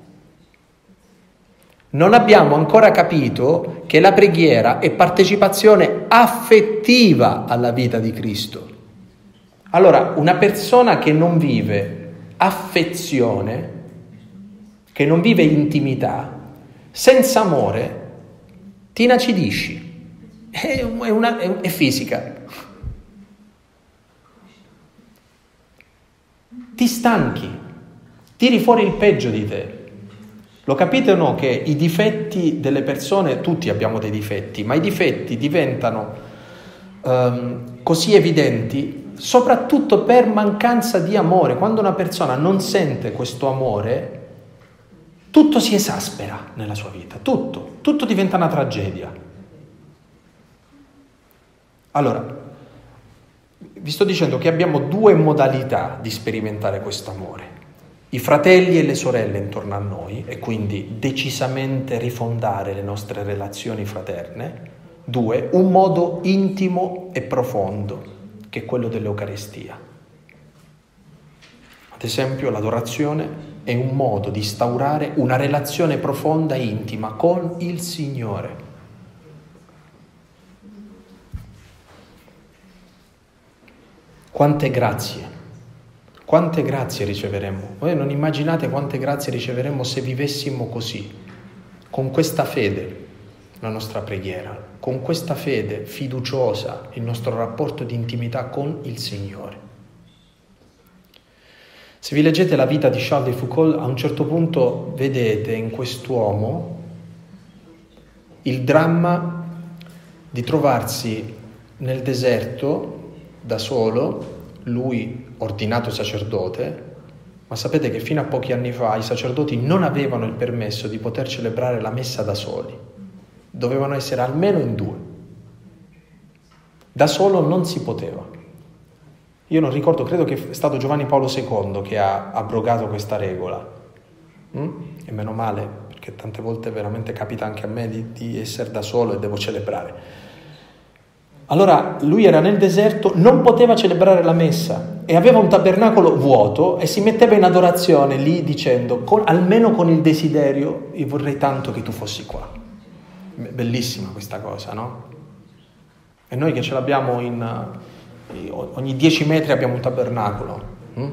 Non abbiamo ancora capito che la preghiera è partecipazione affettiva alla vita di Cristo. Allora, una persona che non vive affezione, che non vive intimità, senza amore, ti inacidisci. È, una, è, è fisica. Ti stanchi, tiri fuori il peggio di te. Lo capite o no che i difetti delle persone, tutti abbiamo dei difetti, ma i difetti diventano ehm, così evidenti, soprattutto per mancanza di amore. Quando una persona non sente questo amore, tutto si esaspera nella sua vita, tutto, tutto diventa una tragedia. Allora, vi sto dicendo che abbiamo due modalità di sperimentare questo amore. I fratelli e le sorelle intorno a noi, e quindi decisamente rifondare le nostre relazioni fraterne. Due, un modo intimo e profondo, che è quello dell'Eucaristia. Ad esempio, l'adorazione è un modo di instaurare una relazione profonda e intima con il Signore. Quante grazie, quante grazie riceveremmo. Voi non immaginate quante grazie riceveremmo se vivessimo così, con questa fede la nostra preghiera, con questa fede fiduciosa il nostro rapporto di intimità con il Signore. Se vi leggete la vita di Charles de Foucault, a un certo punto vedete in quest'uomo il dramma di trovarsi nel deserto da solo, lui ordinato sacerdote, ma sapete che fino a pochi anni fa i sacerdoti non avevano il permesso di poter celebrare la messa da soli, dovevano essere almeno in due, da solo non si poteva. Io non ricordo, credo che è stato Giovanni Paolo secondo che ha abrogato questa regola, mm? E meno male, perché tante volte veramente capita anche a me di, di essere da solo e devo celebrare. Allora lui era nel deserto, non poteva celebrare la messa e aveva un tabernacolo vuoto e si metteva in adorazione lì dicendo, con, almeno con il desiderio, io vorrei tanto che tu fossi qua. Bellissima questa cosa, no? E noi che ce l'abbiamo in... ogni dieci metri abbiamo un tabernacolo. Hm?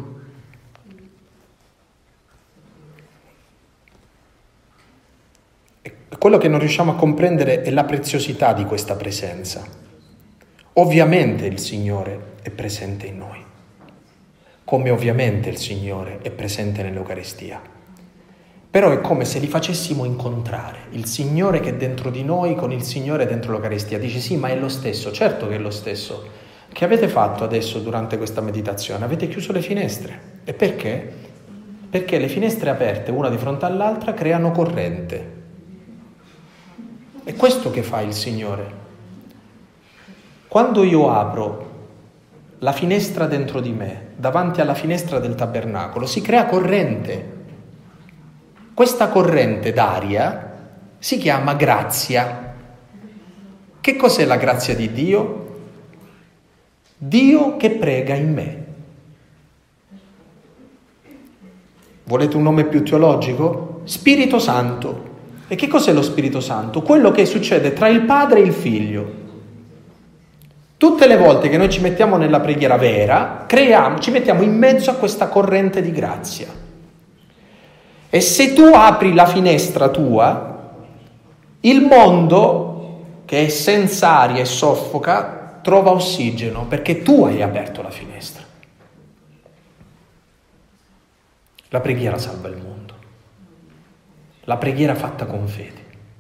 E quello che non riusciamo a comprendere è la preziosità di questa presenza. Ovviamente il Signore è presente in noi, come ovviamente il Signore è presente nell'Eucaristia. Però è come se li facessimo incontrare, il Signore che è dentro di noi con il Signore dentro l'Eucaristia. Dici sì, ma è lo stesso, certo che è lo stesso. Che avete fatto adesso durante questa meditazione? Avete chiuso le finestre. E perché? Perché le finestre aperte, una di fronte all'altra, creano corrente. È questo che fa il Signore. Quando io apro la finestra dentro di me, davanti alla finestra del tabernacolo, si crea corrente. Questa corrente d'aria si chiama grazia. Che cos'è la grazia di Dio? Dio che prega in me. Volete un nome più teologico? Spirito Santo. E che cos'è lo Spirito Santo? Quello che succede tra il Padre e il Figlio. Tutte le volte che noi ci mettiamo nella preghiera vera, creiamo, ci mettiamo in mezzo a questa corrente di grazia. E se tu apri la finestra tua, il mondo, che è senza aria e soffoca, trova ossigeno, perché tu hai aperto la finestra. La preghiera salva il mondo. La preghiera fatta con fede.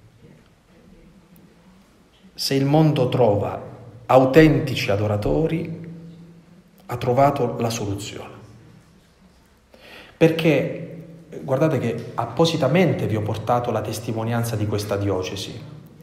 Se il mondo trova autentici adoratori, ha trovato la soluzione. Perché, guardate che appositamente vi ho portato la testimonianza di questa diocesi,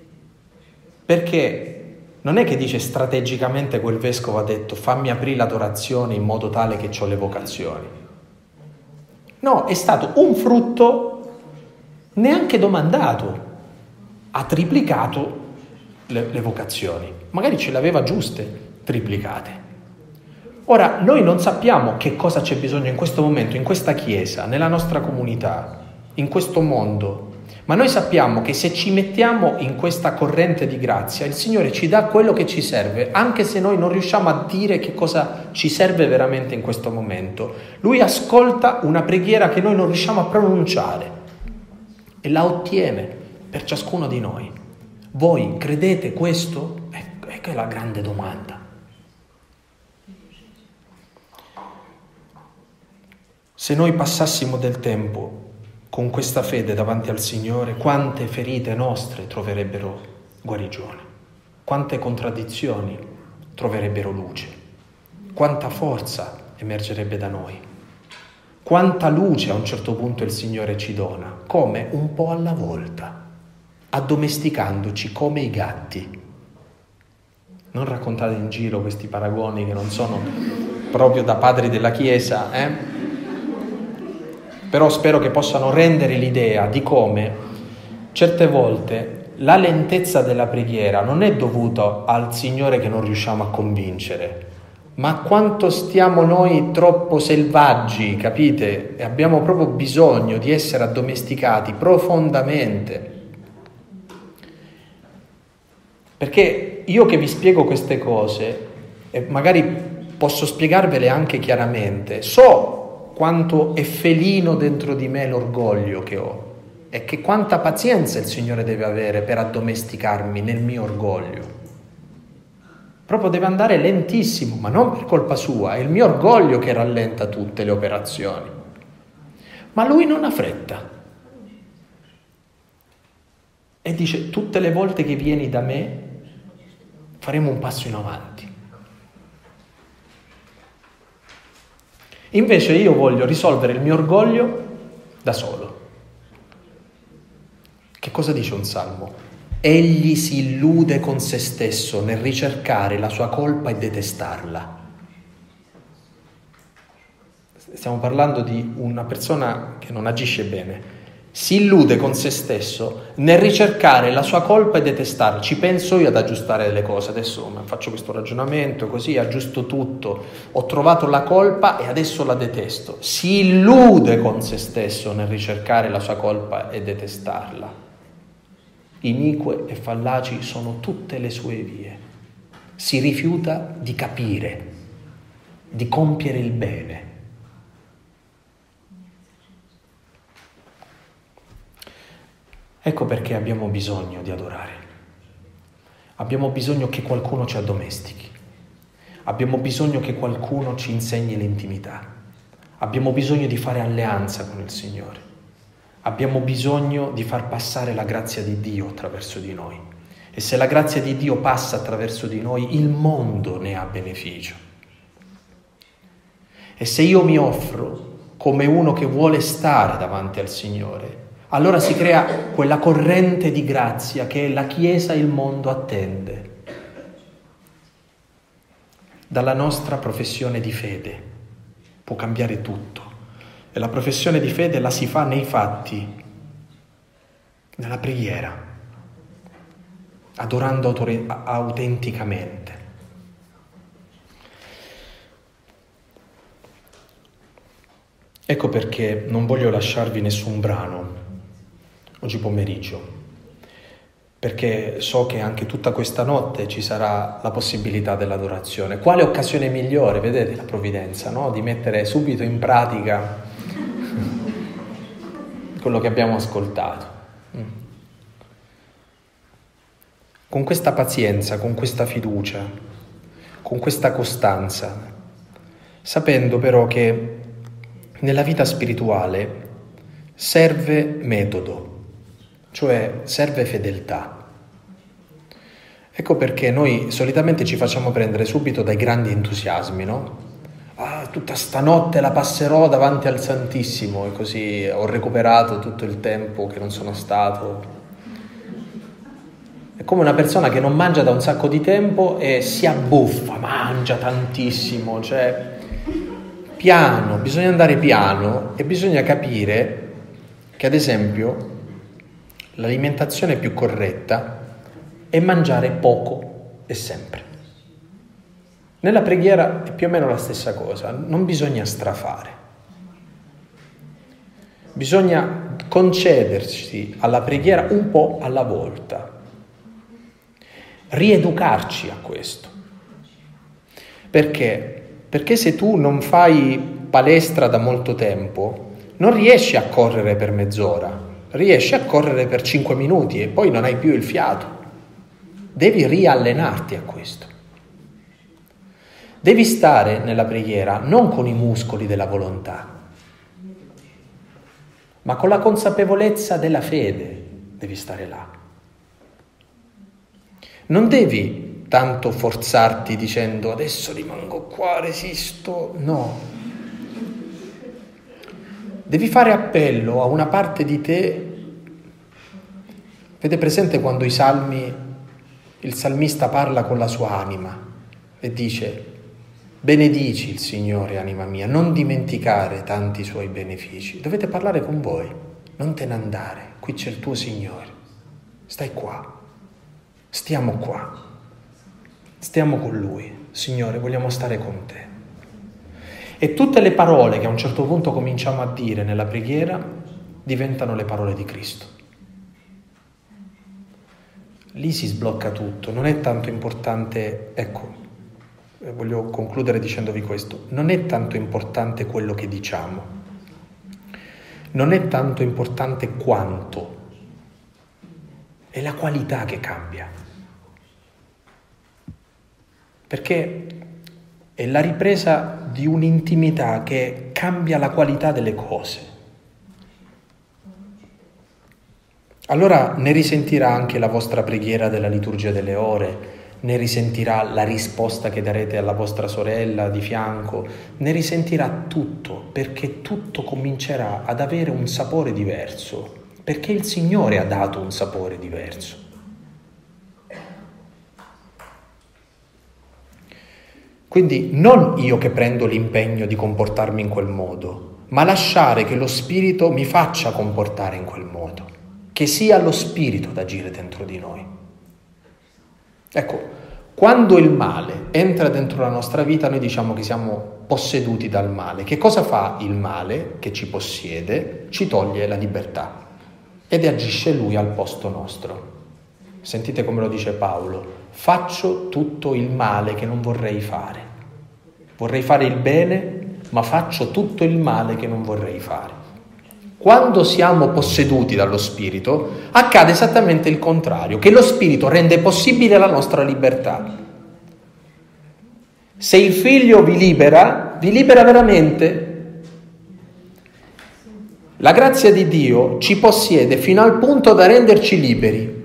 perché non è che dice strategicamente quel vescovo ha detto fammi aprire l'adorazione in modo tale che ho le vocazioni. No, è stato un frutto neanche domandato, ha triplicato le, le vocazioni, magari ce le aveva giuste, triplicate. Ora, noi non sappiamo che cosa c'è bisogno in questo momento, in questa chiesa, nella nostra comunità, in questo mondo, ma noi sappiamo che se ci mettiamo in questa corrente di grazia, il Signore ci dà quello che ci serve, anche se noi non riusciamo a dire che cosa ci serve veramente in questo momento. Lui ascolta una preghiera che noi non riusciamo a pronunciare e la ottiene per ciascuno di noi. Voi credete questo? Ecco è la grande domanda. Se noi passassimo del tempo con questa fede davanti al Signore, quante ferite nostre troverebbero guarigione, quante contraddizioni troverebbero luce, quanta forza emergerebbe da noi, quanta luce a un certo punto il Signore ci dona, come un po' alla volta, addomesticandoci come i gatti. Non raccontate in giro questi paragoni che non sono proprio da padri della Chiesa, eh? Però spero che possano rendere l'idea di come certe volte la lentezza della preghiera non è dovuta al Signore che non riusciamo a convincere, ma a quanto stiamo noi troppo selvaggi, capite? E abbiamo proprio bisogno di essere addomesticati profondamente. Perché io che vi spiego queste cose, e magari posso spiegarvele anche chiaramente, so quanto è felino dentro di me l'orgoglio che ho e che quanta pazienza il Signore deve avere per addomesticarmi nel mio orgoglio. Proprio deve andare lentissimo, ma non per colpa sua, è il mio orgoglio che rallenta tutte le operazioni. Ma Lui non ha fretta. E dice, tutte le volte che vieni da me, faremo un passo in avanti. Invece io voglio risolvere il mio orgoglio da solo. Che cosa dice un salmo? Egli si illude con se stesso nel ricercare la sua colpa e detestarla. Stiamo parlando di una persona che non agisce bene. Si illude con se stesso nel ricercare la sua colpa e detestarla. Ci penso io ad aggiustare delle cose. Adesso faccio questo ragionamento, così aggiusto tutto. Ho trovato la colpa e adesso la detesto. Si illude con se stesso nel ricercare la sua colpa e detestarla. Inique e fallaci sono tutte le sue vie. Si rifiuta di capire, di compiere il bene. Ecco perché abbiamo bisogno di adorare. Abbiamo bisogno che qualcuno ci addomestichi. Abbiamo bisogno che qualcuno ci insegni l'intimità. Abbiamo bisogno di fare alleanza con il Signore. Abbiamo bisogno di far passare la grazia di Dio attraverso di noi. E se la grazia di Dio passa attraverso di noi, il mondo ne ha beneficio. E se io mi offro come uno che vuole stare davanti al Signore, allora si crea quella corrente di grazia che la Chiesa e il mondo attende. Dalla nostra professione di fede può cambiare tutto. E la professione di fede la si fa nei fatti, nella preghiera, adorando autori- autenticamente. Ecco perché non voglio lasciarvi nessun brano oggi pomeriggio, perché so che anche tutta questa notte ci sarà la possibilità dell'adorazione. Quale occasione migliore, vedete la provvidenza, no? Di mettere subito in pratica quello che abbiamo ascoltato. Con questa pazienza, con questa fiducia, con questa costanza, sapendo però che nella vita spirituale serve metodo, cioè serve fedeltà. Ecco perché noi solitamente ci facciamo prendere subito dai grandi entusiasmi, no? Ah, tutta stanotte la passerò davanti al Santissimo e così ho recuperato tutto il tempo che non sono stato. È come una persona che non mangia da un sacco di tempo e si abbuffa, mangia tantissimo, cioè piano, bisogna andare piano e bisogna capire che ad esempio l'alimentazione più corretta è mangiare poco e sempre. Nella preghiera è più o meno la stessa cosa, non bisogna strafare. Bisogna concedersi alla preghiera un po' alla volta, rieducarci a questo. Perché? Perché se tu non fai palestra da molto tempo, non riesci a correre per mezz'ora, riesci a correre per cinque minuti e poi non hai più il fiato. Devi riallenarti a questo. Devi stare nella preghiera non con i muscoli della volontà, ma con la consapevolezza della fede devi stare là. Non devi tanto forzarti dicendo adesso rimango qua, resisto, no. Devi fare appello a una parte di te. Avete presente quando i salmi, il salmista parla con la sua anima e dice: benedici il Signore, anima mia, non dimenticare tanti suoi benefici. Dovete parlare con voi, non te ne andare, qui c'è il tuo Signore, stai qua, stiamo qua, stiamo con Lui, Signore, vogliamo stare con te. E tutte le parole che a un certo punto cominciamo a dire nella preghiera diventano le parole di Cristo. Lì si sblocca tutto, non è tanto importante, ecco, voglio concludere dicendovi questo, non è tanto importante quello che diciamo, non è tanto importante quanto, è la qualità che cambia, perché è la ripresa di un'intimità che cambia la qualità delle cose. Allora ne risentirà anche la vostra preghiera della liturgia delle ore, ne risentirà la risposta che darete alla vostra sorella di fianco, ne risentirà tutto, perché tutto comincerà ad avere un sapore diverso, perché il Signore ha dato un sapore diverso. Quindi non io che prendo l'impegno di comportarmi in quel modo, ma lasciare che lo Spirito mi faccia comportare in quel modo, che sia lo Spirito ad agire dentro di noi. Ecco, quando il male entra dentro la nostra vita, noi diciamo che siamo posseduti dal male. Che cosa fa il male che ci possiede? Ci toglie la libertà ed agisce lui al posto nostro. Sentite come lo dice Paolo: faccio tutto il male che non vorrei fare. Vorrei fare il bene, ma faccio tutto il male che non vorrei fare. Quando siamo posseduti dallo Spirito, accade esattamente il contrario, che lo Spirito rende possibile la nostra libertà. Se il Figlio vi libera, vi libera veramente. La grazia di Dio ci possiede fino al punto da renderci liberi.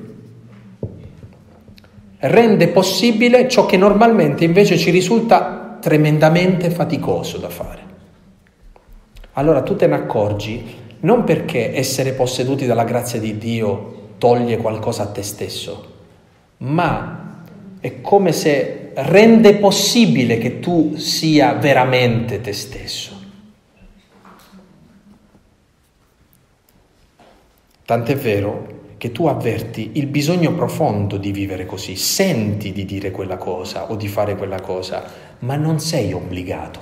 Rende possibile ciò che normalmente invece ci risulta tremendamente faticoso da fare. Allora tu te ne accorgi non perché essere posseduti dalla grazia di Dio toglie qualcosa a te stesso, ma è come se rende possibile che tu sia veramente te stesso. Tant'è vero che tu avverti il bisogno profondo di vivere così, senti di dire quella cosa o di fare quella cosa, ma non sei obbligato.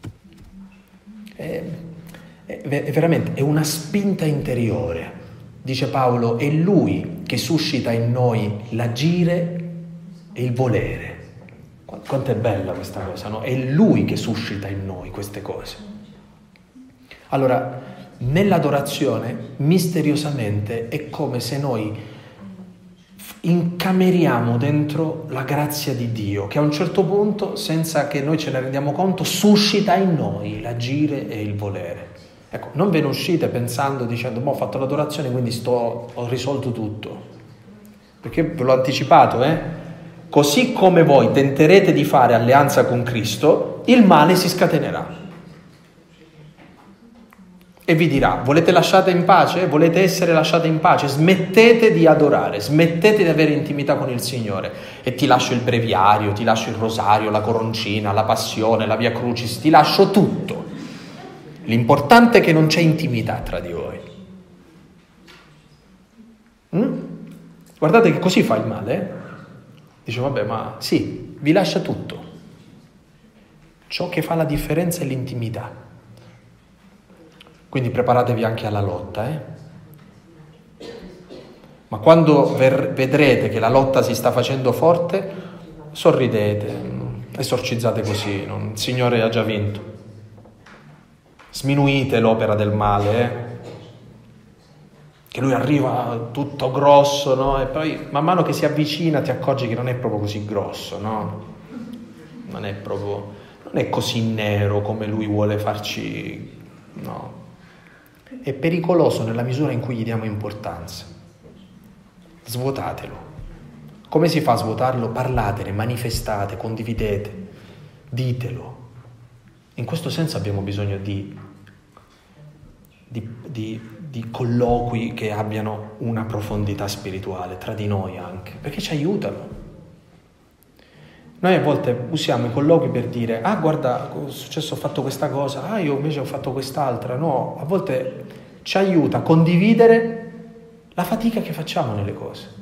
È, è, è veramente è una spinta interiore. Dice Paolo, è Lui che suscita in noi l'agire e il volere. Quanto è bella questa cosa, no? È Lui che suscita in noi queste cose. Allora, nell'adorazione, misteriosamente, è come se noi incameriamo dentro la grazia di Dio, che a un certo punto, senza che noi ce ne rendiamo conto, suscita in noi l'agire e il volere. Ecco, non ve ne uscite pensando, dicendo, boh, ho fatto l'adorazione, quindi sto, ho risolto tutto. Perché ve l'ho anticipato, eh? Così come voi tenterete di fare alleanza con Cristo, il male si scatenerà. E vi dirà, volete lasciate in pace? Volete essere lasciate in pace? Smettete di adorare, smettete di avere intimità con il Signore. E ti lascio il breviario, ti lascio il rosario, la coroncina, la passione, la via crucis, ti lascio tutto. L'importante è che non c'è intimità tra di voi. Mm? Guardate che così fa il male, eh? Dice, vabbè, ma sì, vi lascia tutto. Ciò che fa la differenza è l'intimità. Quindi preparatevi anche alla lotta, eh? Ma quando ver- vedrete che la lotta si sta facendo forte, sorridete, esorcizzate così, non? Il Signore ha già vinto. Sminuite l'opera del male, eh? Che lui arriva tutto grosso, no? E poi man mano che si avvicina ti accorgi che non è proprio così grosso, no? Non è proprio, non è così nero come lui vuole farci, no? È pericoloso nella misura in cui gli diamo importanza. Svuotatelo. Come si fa a svuotarlo? Parlatene, manifestate, condividete, ditelo. In questo senso abbiamo bisogno di, di, di, di colloqui che abbiano una profondità spirituale, tra di noi anche, perché ci aiutano. Noi a volte usiamo i colloqui per dire, ah guarda, è successo, ho fatto questa cosa, ah io invece ho fatto quest'altra. No, a volte ci aiuta a condividere la fatica che facciamo nelle cose.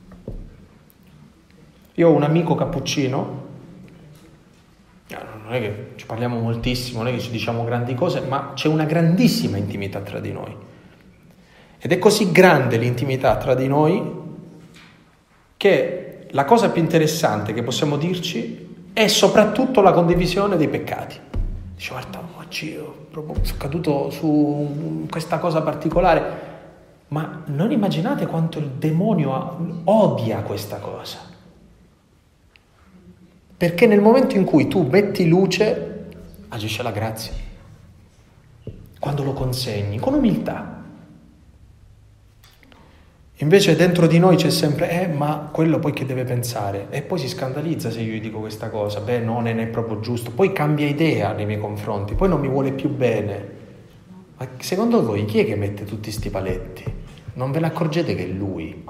Io ho un amico cappuccino, non è che ci parliamo moltissimo, non è che ci diciamo grandi cose, ma c'è una grandissima intimità tra di noi. Ed è così grande l'intimità tra di noi che la cosa più interessante che possiamo dirci è soprattutto la condivisione dei peccati. Dice, guarda, oggi sono caduto su questa cosa particolare, ma non immaginate quanto il demonio odia questa cosa. Perché nel momento in cui tu metti luce, agisce la grazia. Quando lo consegni, con umiltà. Invece dentro di noi c'è sempre, eh, ma quello poi che deve pensare? E poi si scandalizza se io gli dico questa cosa, beh, no, non è proprio giusto. Poi cambia idea nei miei confronti, poi non mi vuole più bene. Ma secondo voi chi è che mette tutti sti paletti? Non ve ne accorgete che è lui?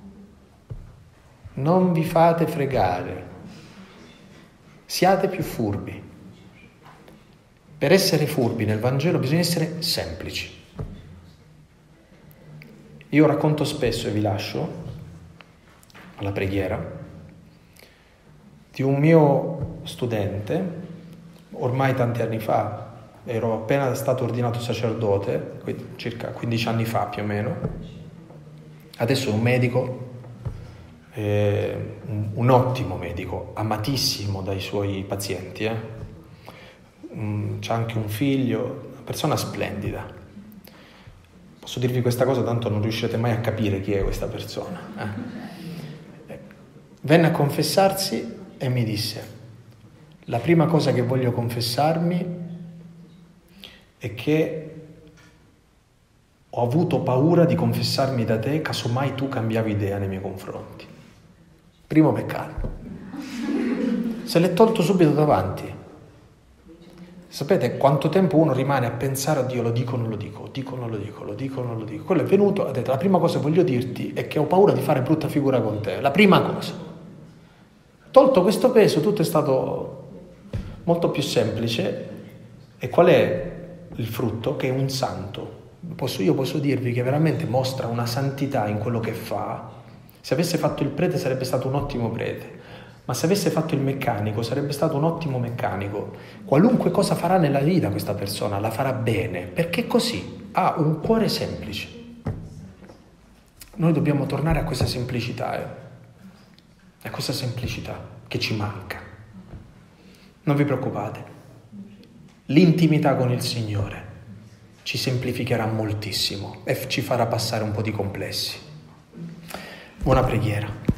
Non vi fate fregare. Siate più furbi. Per essere furbi nel Vangelo bisogna essere semplici. Io racconto spesso, e vi lascio, alla preghiera, di un mio studente, ormai tanti anni fa, ero appena stato ordinato sacerdote, circa quindici anni fa più o meno, adesso è un medico, eh, un, un ottimo medico, amatissimo dai suoi pazienti, eh. um, c'ha anche un figlio, una persona splendida. Posso dirvi questa cosa, tanto non riuscirete mai a capire chi è questa persona. Eh. Venne a confessarsi e mi disse, la prima cosa che voglio confessarmi è che ho avuto paura di confessarmi da te, casomai tu cambiavi idea nei miei confronti. Primo peccato. Se l'è tolto subito davanti. Sapete quanto tempo uno rimane a pensare a Dio, lo dico o non lo dico, dico o non lo dico, lo dico o non lo dico. Quello è venuto, ha detto, la prima cosa che voglio dirti è che ho paura di fare brutta figura con te. La prima cosa. Tolto questo peso, tutto è stato molto più semplice. E qual è il frutto? Che è un santo. Posso, io posso dirvi che veramente mostra una santità in quello che fa. Se avesse fatto il prete sarebbe stato un ottimo prete. Ma se avesse fatto il meccanico sarebbe stato un ottimo meccanico. Qualunque cosa farà nella vita questa persona la farà bene, perché così ha un cuore semplice. Noi dobbiamo tornare a questa semplicità, eh? a questa semplicità che ci manca. Non vi preoccupate, l'intimità con il Signore ci semplificherà moltissimo e ci farà passare un po' di complessi. Buona preghiera.